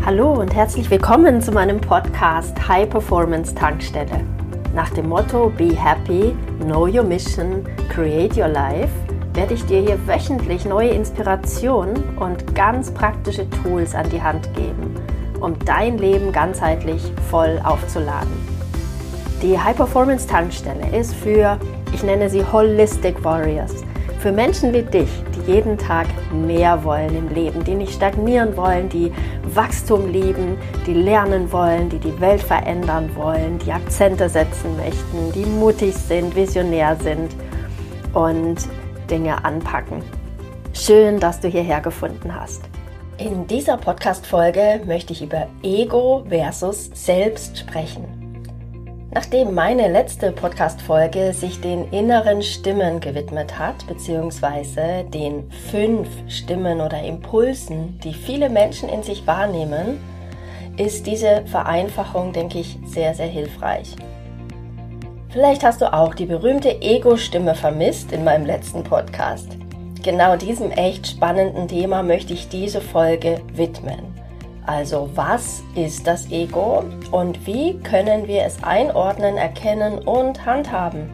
Hallo und herzlich willkommen zu meinem Podcast High Performance Tankstelle. Nach dem Motto Be Happy, Know Your Mission, Create Your Life werde ich dir hier wöchentlich neue Inspirationen und ganz praktische Tools an die Hand geben, um dein Leben ganzheitlich voll aufzuladen. Die High Performance Tankstelle ist für, ich nenne sie Holistic Warriors, für Menschen wie dich, die jeden Tag mehr wollen im Leben, die nicht stagnieren wollen, die Wachstum lieben, die lernen wollen, die die Welt verändern wollen, die Akzente setzen möchten, die mutig sind, visionär sind und Dinge anpacken. Schön, dass du hierher gefunden hast. In dieser Podcast-Folge möchte ich über Ego versus Selbst sprechen. Nachdem meine letzte Podcast-Folge sich den inneren Stimmen gewidmet hat, beziehungsweise den 5 Stimmen oder Impulsen, die viele Menschen in sich wahrnehmen, ist diese Vereinfachung, denke ich, sehr, sehr hilfreich. Vielleicht hast du auch die berühmte Ego-Stimme vermisst in meinem letzten Podcast. Genau diesem echt spannenden Thema möchte ich diese Folge widmen. Also, was ist das Ego und wie können wir es einordnen, erkennen und handhaben?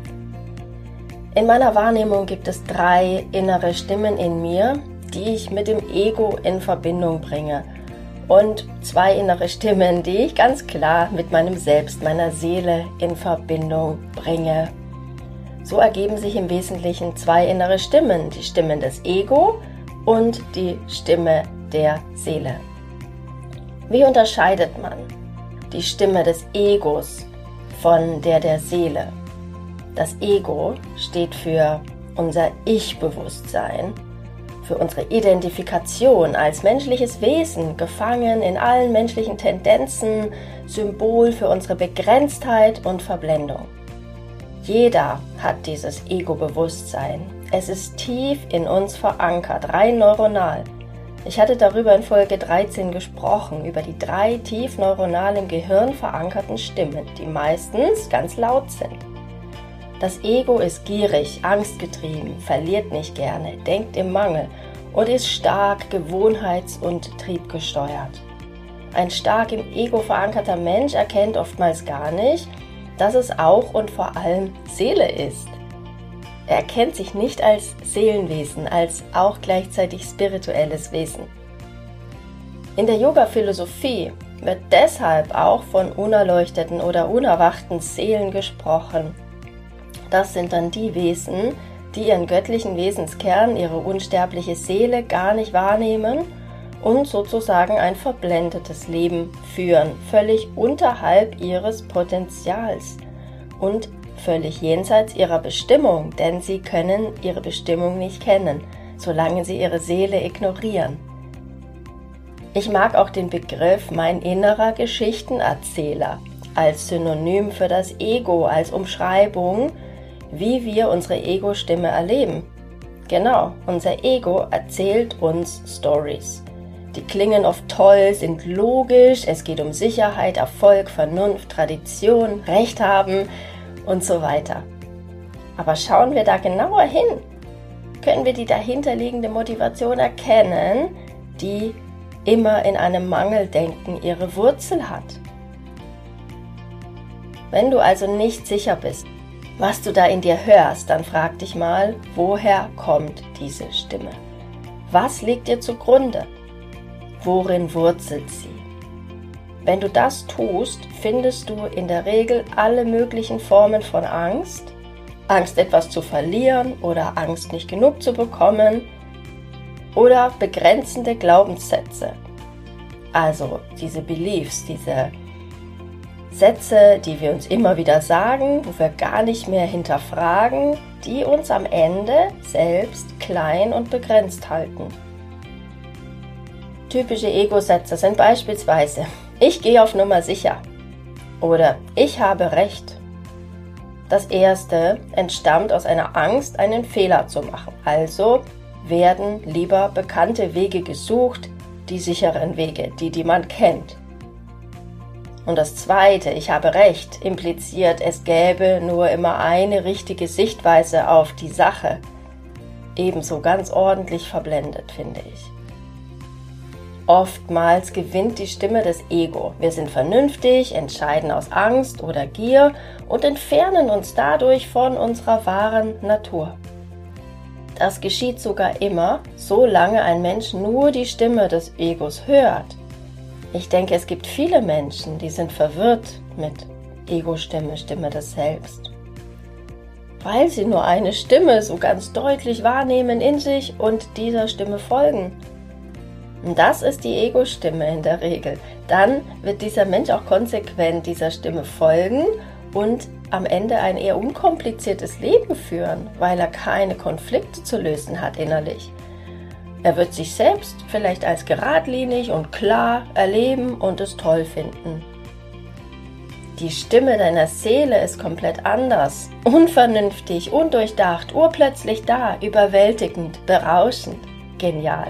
In meiner Wahrnehmung gibt es 3 innere Stimmen in mir, die ich mit dem Ego in Verbindung bringe. Und 2 innere Stimmen, die ich ganz klar mit meinem Selbst, meiner Seele in Verbindung bringe. So ergeben sich im Wesentlichen 2 innere Stimmen, die Stimmen des Ego und die Stimme der Seele. Wie unterscheidet man die Stimme des Egos von der Seele? Das Ego steht für unser Ich-Bewusstsein, für unsere Identifikation als menschliches Wesen, gefangen in allen menschlichen Tendenzen, Symbol für unsere Begrenztheit und Verblendung. Jeder hat dieses Ego-Bewusstsein. Es ist tief in uns verankert, rein neuronal. Ich hatte darüber in Folge 13 gesprochen, über die 3 tief neuronal im Gehirn verankerten Stimmen, die meistens ganz laut sind. Das Ego ist gierig, angstgetrieben, verliert nicht gerne, denkt im Mangel und ist stark gewohnheits- und triebgesteuert. Ein stark im Ego verankerter Mensch erkennt oftmals gar nicht, dass es auch und vor allem Seele ist. Er erkennt sich nicht als Seelenwesen, als auch gleichzeitig spirituelles Wesen. In der Yoga-Philosophie wird deshalb auch von unerleuchteten oder unerwachten Seelen gesprochen. Das sind dann die Wesen, die ihren göttlichen Wesenskern, ihre unsterbliche Seele gar nicht wahrnehmen und sozusagen ein verblendetes Leben führen, völlig unterhalb ihres Potenzials und völlig jenseits ihrer Bestimmung, denn sie können ihre Bestimmung nicht kennen, solange sie ihre Seele ignorieren. Ich mag auch den Begriff mein innerer Geschichtenerzähler als Synonym für das Ego, als Umschreibung, wie wir unsere Ego-Stimme erleben. Genau, unser Ego erzählt uns Stories. Die klingen oft toll, sind logisch, es geht um Sicherheit, Erfolg, Vernunft, Tradition, Recht haben und so weiter. Aber schauen wir da genauer hin, können wir die dahinterliegende Motivation erkennen, die immer in einem Mangeldenken ihre Wurzel hat. Wenn du also nicht sicher bist, was du da in dir hörst, dann frag dich mal, woher kommt diese Stimme? Was liegt dir zugrunde? Worin wurzelt sie? Wenn du das tust, findest du in der Regel alle möglichen Formen von Angst. Angst, etwas zu verlieren oder Angst, nicht genug zu bekommen oder begrenzende Glaubenssätze. Also diese Beliefs, diese Sätze, die wir uns immer wieder sagen, wo wir gar nicht mehr hinterfragen, die uns am Ende selbst klein und begrenzt halten. Typische Ego-Sätze sind beispielsweise: Ich gehe auf Nummer sicher oder ich habe Recht. Das erste entstammt aus einer Angst, einen Fehler zu machen. Also werden lieber bekannte Wege gesucht, die sicheren Wege, die man kennt. Und das zweite, ich habe Recht, impliziert, es gäbe nur immer eine richtige Sichtweise auf die Sache. Ebenso ganz ordentlich verblendet, finde ich. oftmals gewinnt die Stimme des Ego. Wir sind vernünftig, entscheiden aus Angst oder Gier und entfernen uns dadurch von unserer wahren Natur. Das geschieht sogar immer, solange ein Mensch nur die Stimme des Egos hört. Ich denke, es gibt viele Menschen, die sind verwirrt mit Ego-Stimme, Stimme des Selbst. Weil sie nur eine Stimme so ganz deutlich wahrnehmen in sich und dieser Stimme folgen. Und das ist die Ego-Stimme in der Regel. Dann wird dieser Mensch auch konsequent dieser Stimme folgen und am Ende ein eher unkompliziertes Leben führen, weil er keine Konflikte zu lösen hat innerlich. Er wird sich selbst vielleicht als geradlinig und klar erleben und es toll finden. Die Stimme deiner Seele ist komplett anders, unvernünftig, undurchdacht, urplötzlich da, überwältigend, berauschend, genial.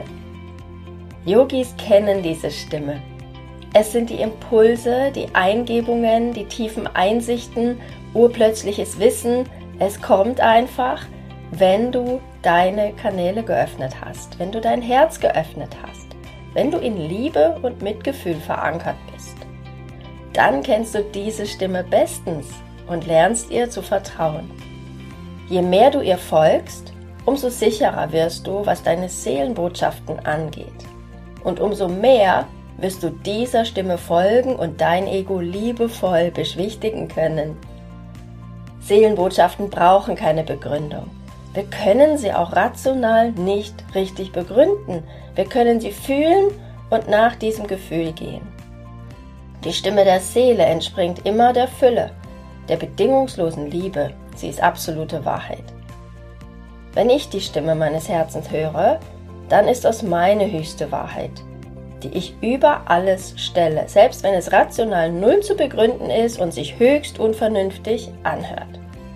Yogis kennen diese Stimme. Es sind die Impulse, die Eingebungen, die tiefen Einsichten, urplötzliches Wissen. Es kommt einfach, wenn du deine Kanäle geöffnet hast, wenn du dein Herz geöffnet hast, wenn du in Liebe und Mitgefühl verankert bist. Dann kennst du diese Stimme bestens und lernst ihr zu vertrauen. Je mehr du ihr folgst, umso sicherer wirst du, was deine Seelenbotschaften angeht. Und umso mehr wirst du dieser Stimme folgen und dein Ego liebevoll beschwichtigen können. Seelenbotschaften brauchen keine Begründung. Wir können sie auch rational nicht richtig begründen. Wir können sie fühlen und nach diesem Gefühl gehen. Die Stimme der Seele entspringt immer der Fülle, der bedingungslosen Liebe. Sie ist absolute Wahrheit. Wenn ich die Stimme meines Herzens höre, dann ist das meine höchste Wahrheit, die ich über alles stelle, selbst wenn es rational null zu begründen ist und sich höchst unvernünftig anhört.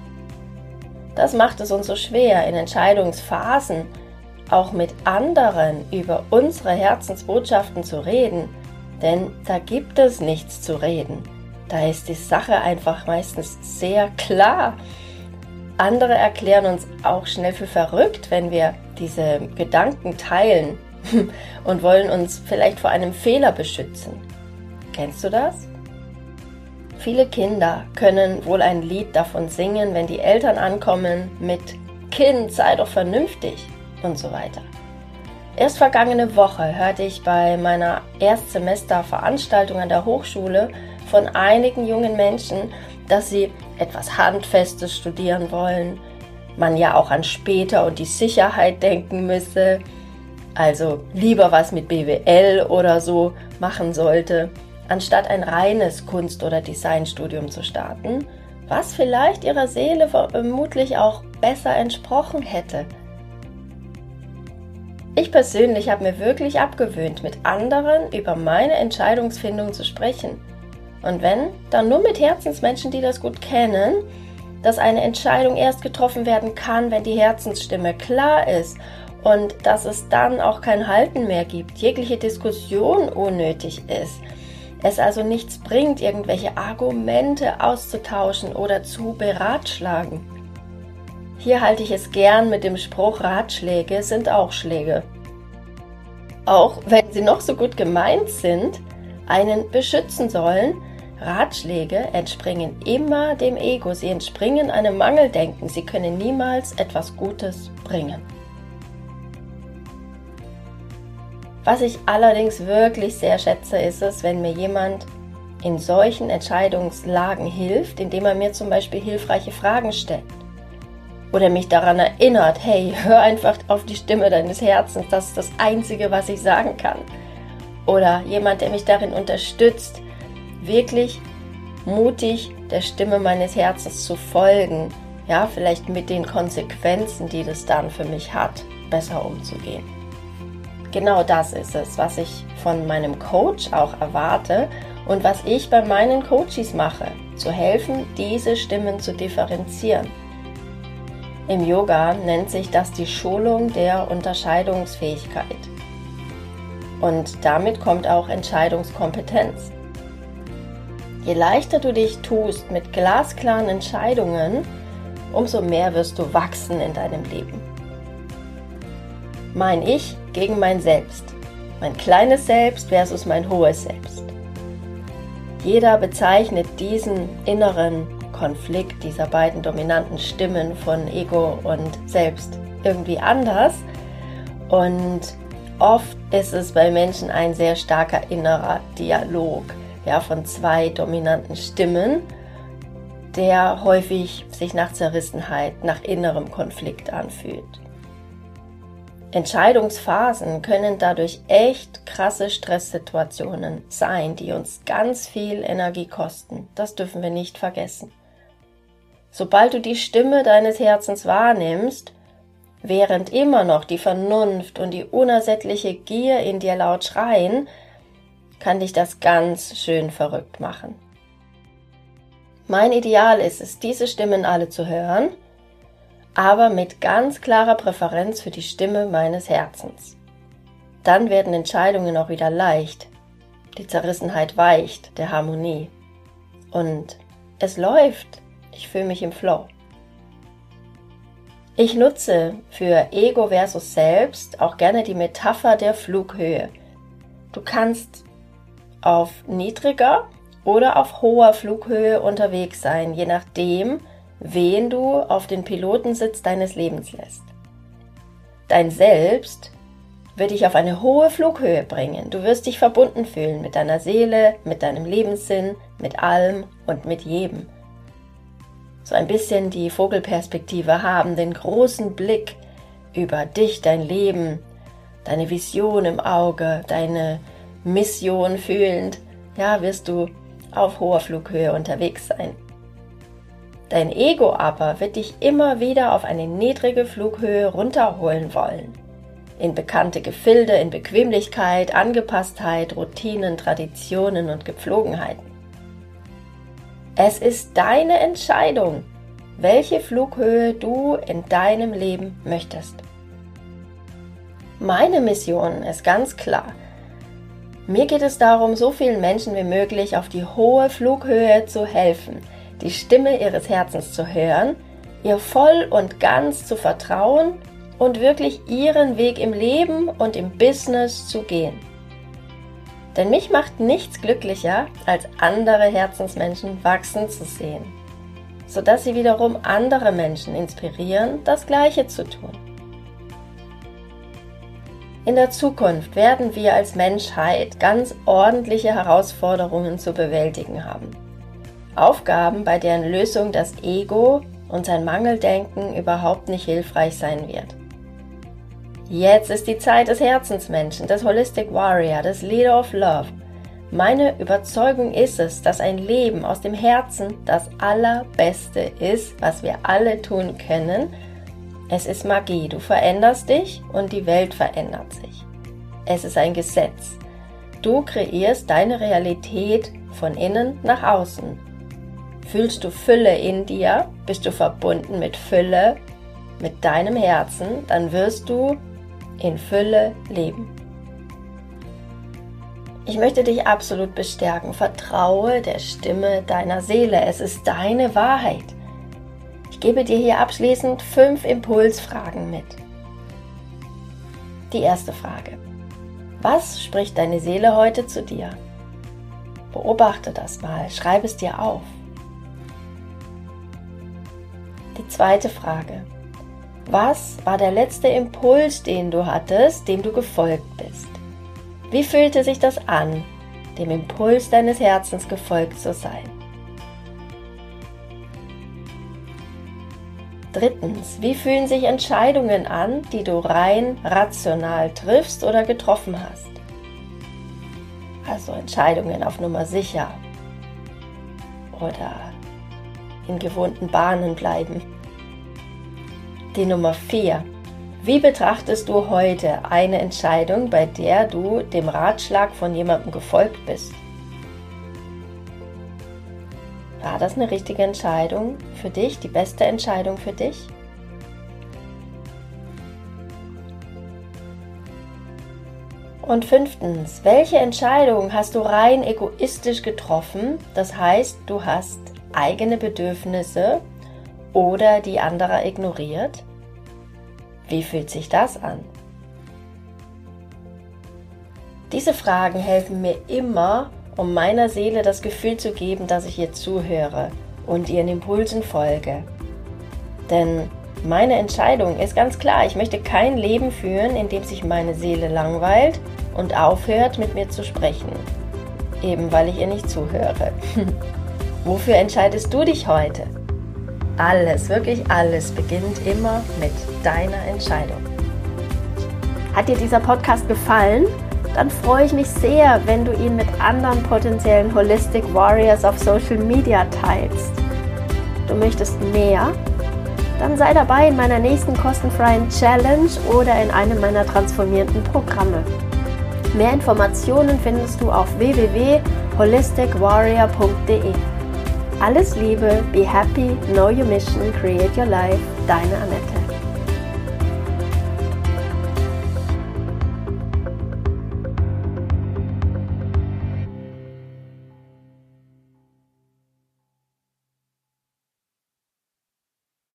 Das macht es uns so schwer, in Entscheidungsphasen auch mit anderen über unsere Herzensbotschaften zu reden, denn da gibt es nichts zu reden. Da ist die Sache einfach meistens sehr klar. Andere erklären uns auch schnell für verrückt, wenn wir diese Gedanken teilen und wollen uns vielleicht vor einem Fehler beschützen. Kennst du das? Viele Kinder können wohl ein Lied davon singen, wenn die Eltern ankommen mit „Kind, sei doch vernünftig" und so weiter. Erst vergangene Woche hörte ich bei meiner Erstsemesterveranstaltung an der Hochschule von einigen jungen Menschen, dass sie etwas Handfestes studieren wollen, man ja auch an später und die Sicherheit denken müsse, also lieber was mit BWL oder so machen sollte, anstatt ein reines Kunst- oder Designstudium zu starten, was vielleicht ihrer Seele vermutlich auch besser entsprochen hätte. Ich persönlich habe mir wirklich abgewöhnt, mit anderen über meine Entscheidungsfindung zu sprechen. Und wenn, dann nur mit Herzensmenschen, die das gut kennen, dass eine Entscheidung erst getroffen werden kann, wenn die Herzensstimme klar ist und dass es dann auch kein Halten mehr gibt, jegliche Diskussion unnötig ist. Es also nichts bringt, irgendwelche Argumente auszutauschen oder zu beratschlagen. Hier halte ich es gern mit dem Spruch, Ratschläge sind auch Schläge. Auch wenn sie noch so gut gemeint sind, einen beschützen sollen, Ratschläge entspringen immer dem Ego, sie entspringen einem Mangeldenken, sie können niemals etwas Gutes bringen. Was ich allerdings wirklich sehr schätze, ist es, wenn mir jemand in solchen Entscheidungslagen hilft, indem er mir zum Beispiel hilfreiche Fragen stellt. Oder mich daran erinnert, hey, hör einfach auf die Stimme deines Herzens, das ist das Einzige, was ich sagen kann. Oder jemand, der mich darin unterstützt, wirklich mutig der Stimme meines Herzens zu folgen, ja, vielleicht mit den Konsequenzen, die das dann für mich hat, besser umzugehen. Genau das ist es, was ich von meinem Coach auch erwarte und was ich bei meinen Coaches mache, zu helfen, diese Stimmen zu differenzieren. Im Yoga nennt sich das die Schulung der Unterscheidungsfähigkeit. Und damit kommt auch Entscheidungskompetenz. Je leichter du dich tust mit glasklaren Entscheidungen, umso mehr wirst du wachsen in deinem Leben. Mein Ich gegen mein Selbst. Mein kleines Selbst versus mein hohes Selbst. Jeder bezeichnet diesen inneren Konflikt dieser beiden dominanten Stimmen von Ego und Selbst irgendwie anders. Und oft ist es bei Menschen ein sehr starker innerer Dialog, ja, von zwei dominanten Stimmen, der häufig sich nach Zerrissenheit, nach innerem Konflikt anfühlt. Entscheidungsphasen können dadurch echt krasse Stresssituationen sein, die uns ganz viel Energie kosten. Das dürfen wir nicht vergessen. Sobald du die Stimme deines Herzens wahrnimmst, während immer noch die Vernunft und die unersättliche Gier in dir laut schreien, kann dich das ganz schön verrückt machen. Mein Ideal ist es, diese Stimmen alle zu hören, aber mit ganz klarer Präferenz für die Stimme meines Herzens. Dann werden Entscheidungen auch wieder leicht, die Zerrissenheit weicht, der Harmonie. Und es läuft, ich fühle mich im Flow. Ich nutze für Ego versus Selbst auch gerne die Metapher der Flughöhe. Du kannst auf niedriger oder auf hoher Flughöhe unterwegs sein, je nachdem, wen du auf den Pilotensitz deines Lebens lässt. Dein Selbst wird dich auf eine hohe Flughöhe bringen. Du wirst dich verbunden fühlen mit deiner Seele, mit deinem Lebenssinn, mit allem und mit jedem. So ein bisschen die Vogelperspektive haben, den großen Blick über dich, dein Leben, deine Vision im Auge, deine Mission fühlend, ja, wirst du auf hoher Flughöhe unterwegs sein. Dein Ego aber wird dich immer wieder auf eine niedrige Flughöhe runterholen wollen. In bekannte Gefilde, in Bequemlichkeit, Angepasstheit, Routinen, Traditionen und Gepflogenheiten. Es ist deine Entscheidung, welche Flughöhe du in deinem Leben möchtest. Meine Mission ist ganz klar. Mir geht es darum, so vielen Menschen wie möglich auf die hohe Flughöhe zu helfen, die Stimme ihres Herzens zu hören, ihr voll und ganz zu vertrauen und wirklich ihren Weg im Leben und im Business zu gehen. Denn mich macht nichts glücklicher, als andere Herzensmenschen wachsen zu sehen, sodass sie wiederum andere Menschen inspirieren, das Gleiche zu tun. In der Zukunft werden wir als Menschheit ganz ordentliche Herausforderungen zu bewältigen haben. Aufgaben, bei deren Lösung das Ego und sein Mangeldenken überhaupt nicht hilfreich sein wird. Jetzt ist die Zeit des Herzensmenschen, des Holistic Warrior, des Leader of Love. Meine Überzeugung ist es, dass ein Leben aus dem Herzen das Allerbeste ist, was wir alle tun können. Es ist Magie, du veränderst dich und die Welt verändert sich. Es ist ein Gesetz. Du kreierst deine Realität von innen nach außen. Fühlst du Fülle in dir, bist du verbunden mit Fülle, mit deinem Herzen, dann wirst du in Fülle leben. Ich möchte dich absolut bestärken. Vertraue der Stimme deiner Seele. Es ist deine Wahrheit. Ich gebe dir hier abschließend 5 Impulsfragen mit. Die erste Frage. Was spricht deine Seele heute zu dir? Beobachte das mal, schreib es dir auf. Die zweite Frage. Was war der letzte Impuls, den du hattest, dem du gefolgt bist? Wie fühlte sich das an, dem Impuls deines Herzens gefolgt zu sein? Drittens, wie fühlen sich Entscheidungen an, die du rein rational triffst oder getroffen hast? Also Entscheidungen auf Nummer sicher oder in gewohnten Bahnen bleiben. Die Nummer 4. Wie betrachtest du heute eine Entscheidung, bei der du dem Ratschlag von jemandem gefolgt bist? War das eine richtige Entscheidung für dich, die beste Entscheidung für dich? Und 5. Welche Entscheidung hast du rein egoistisch getroffen? Das heißt, du hast eigene Bedürfnisse oder die anderer ignoriert? Wie fühlt sich das an? Diese Fragen helfen mir immer, um meiner Seele das Gefühl zu geben, dass ich ihr zuhöre und ihren Impulsen folge. Denn meine Entscheidung ist ganz klar, ich möchte kein Leben führen, in dem sich meine Seele langweilt und aufhört, mit mir zu sprechen. Eben weil ich ihr nicht zuhöre. Wofür entscheidest du dich heute? Alles, wirklich alles beginnt immer mit deiner Entscheidung. Hat dir dieser Podcast gefallen? Dann freue ich mich sehr, wenn du ihn mit anderen potenziellen Holistic Warriors auf Social Media teilst. Du möchtest mehr? Dann sei dabei in meiner nächsten kostenfreien Challenge oder in einem meiner transformierenden Programme. Mehr Informationen findest du auf www.holisticwarrior.de. Alles Liebe, be happy, know your mission, create your life, deine Annette.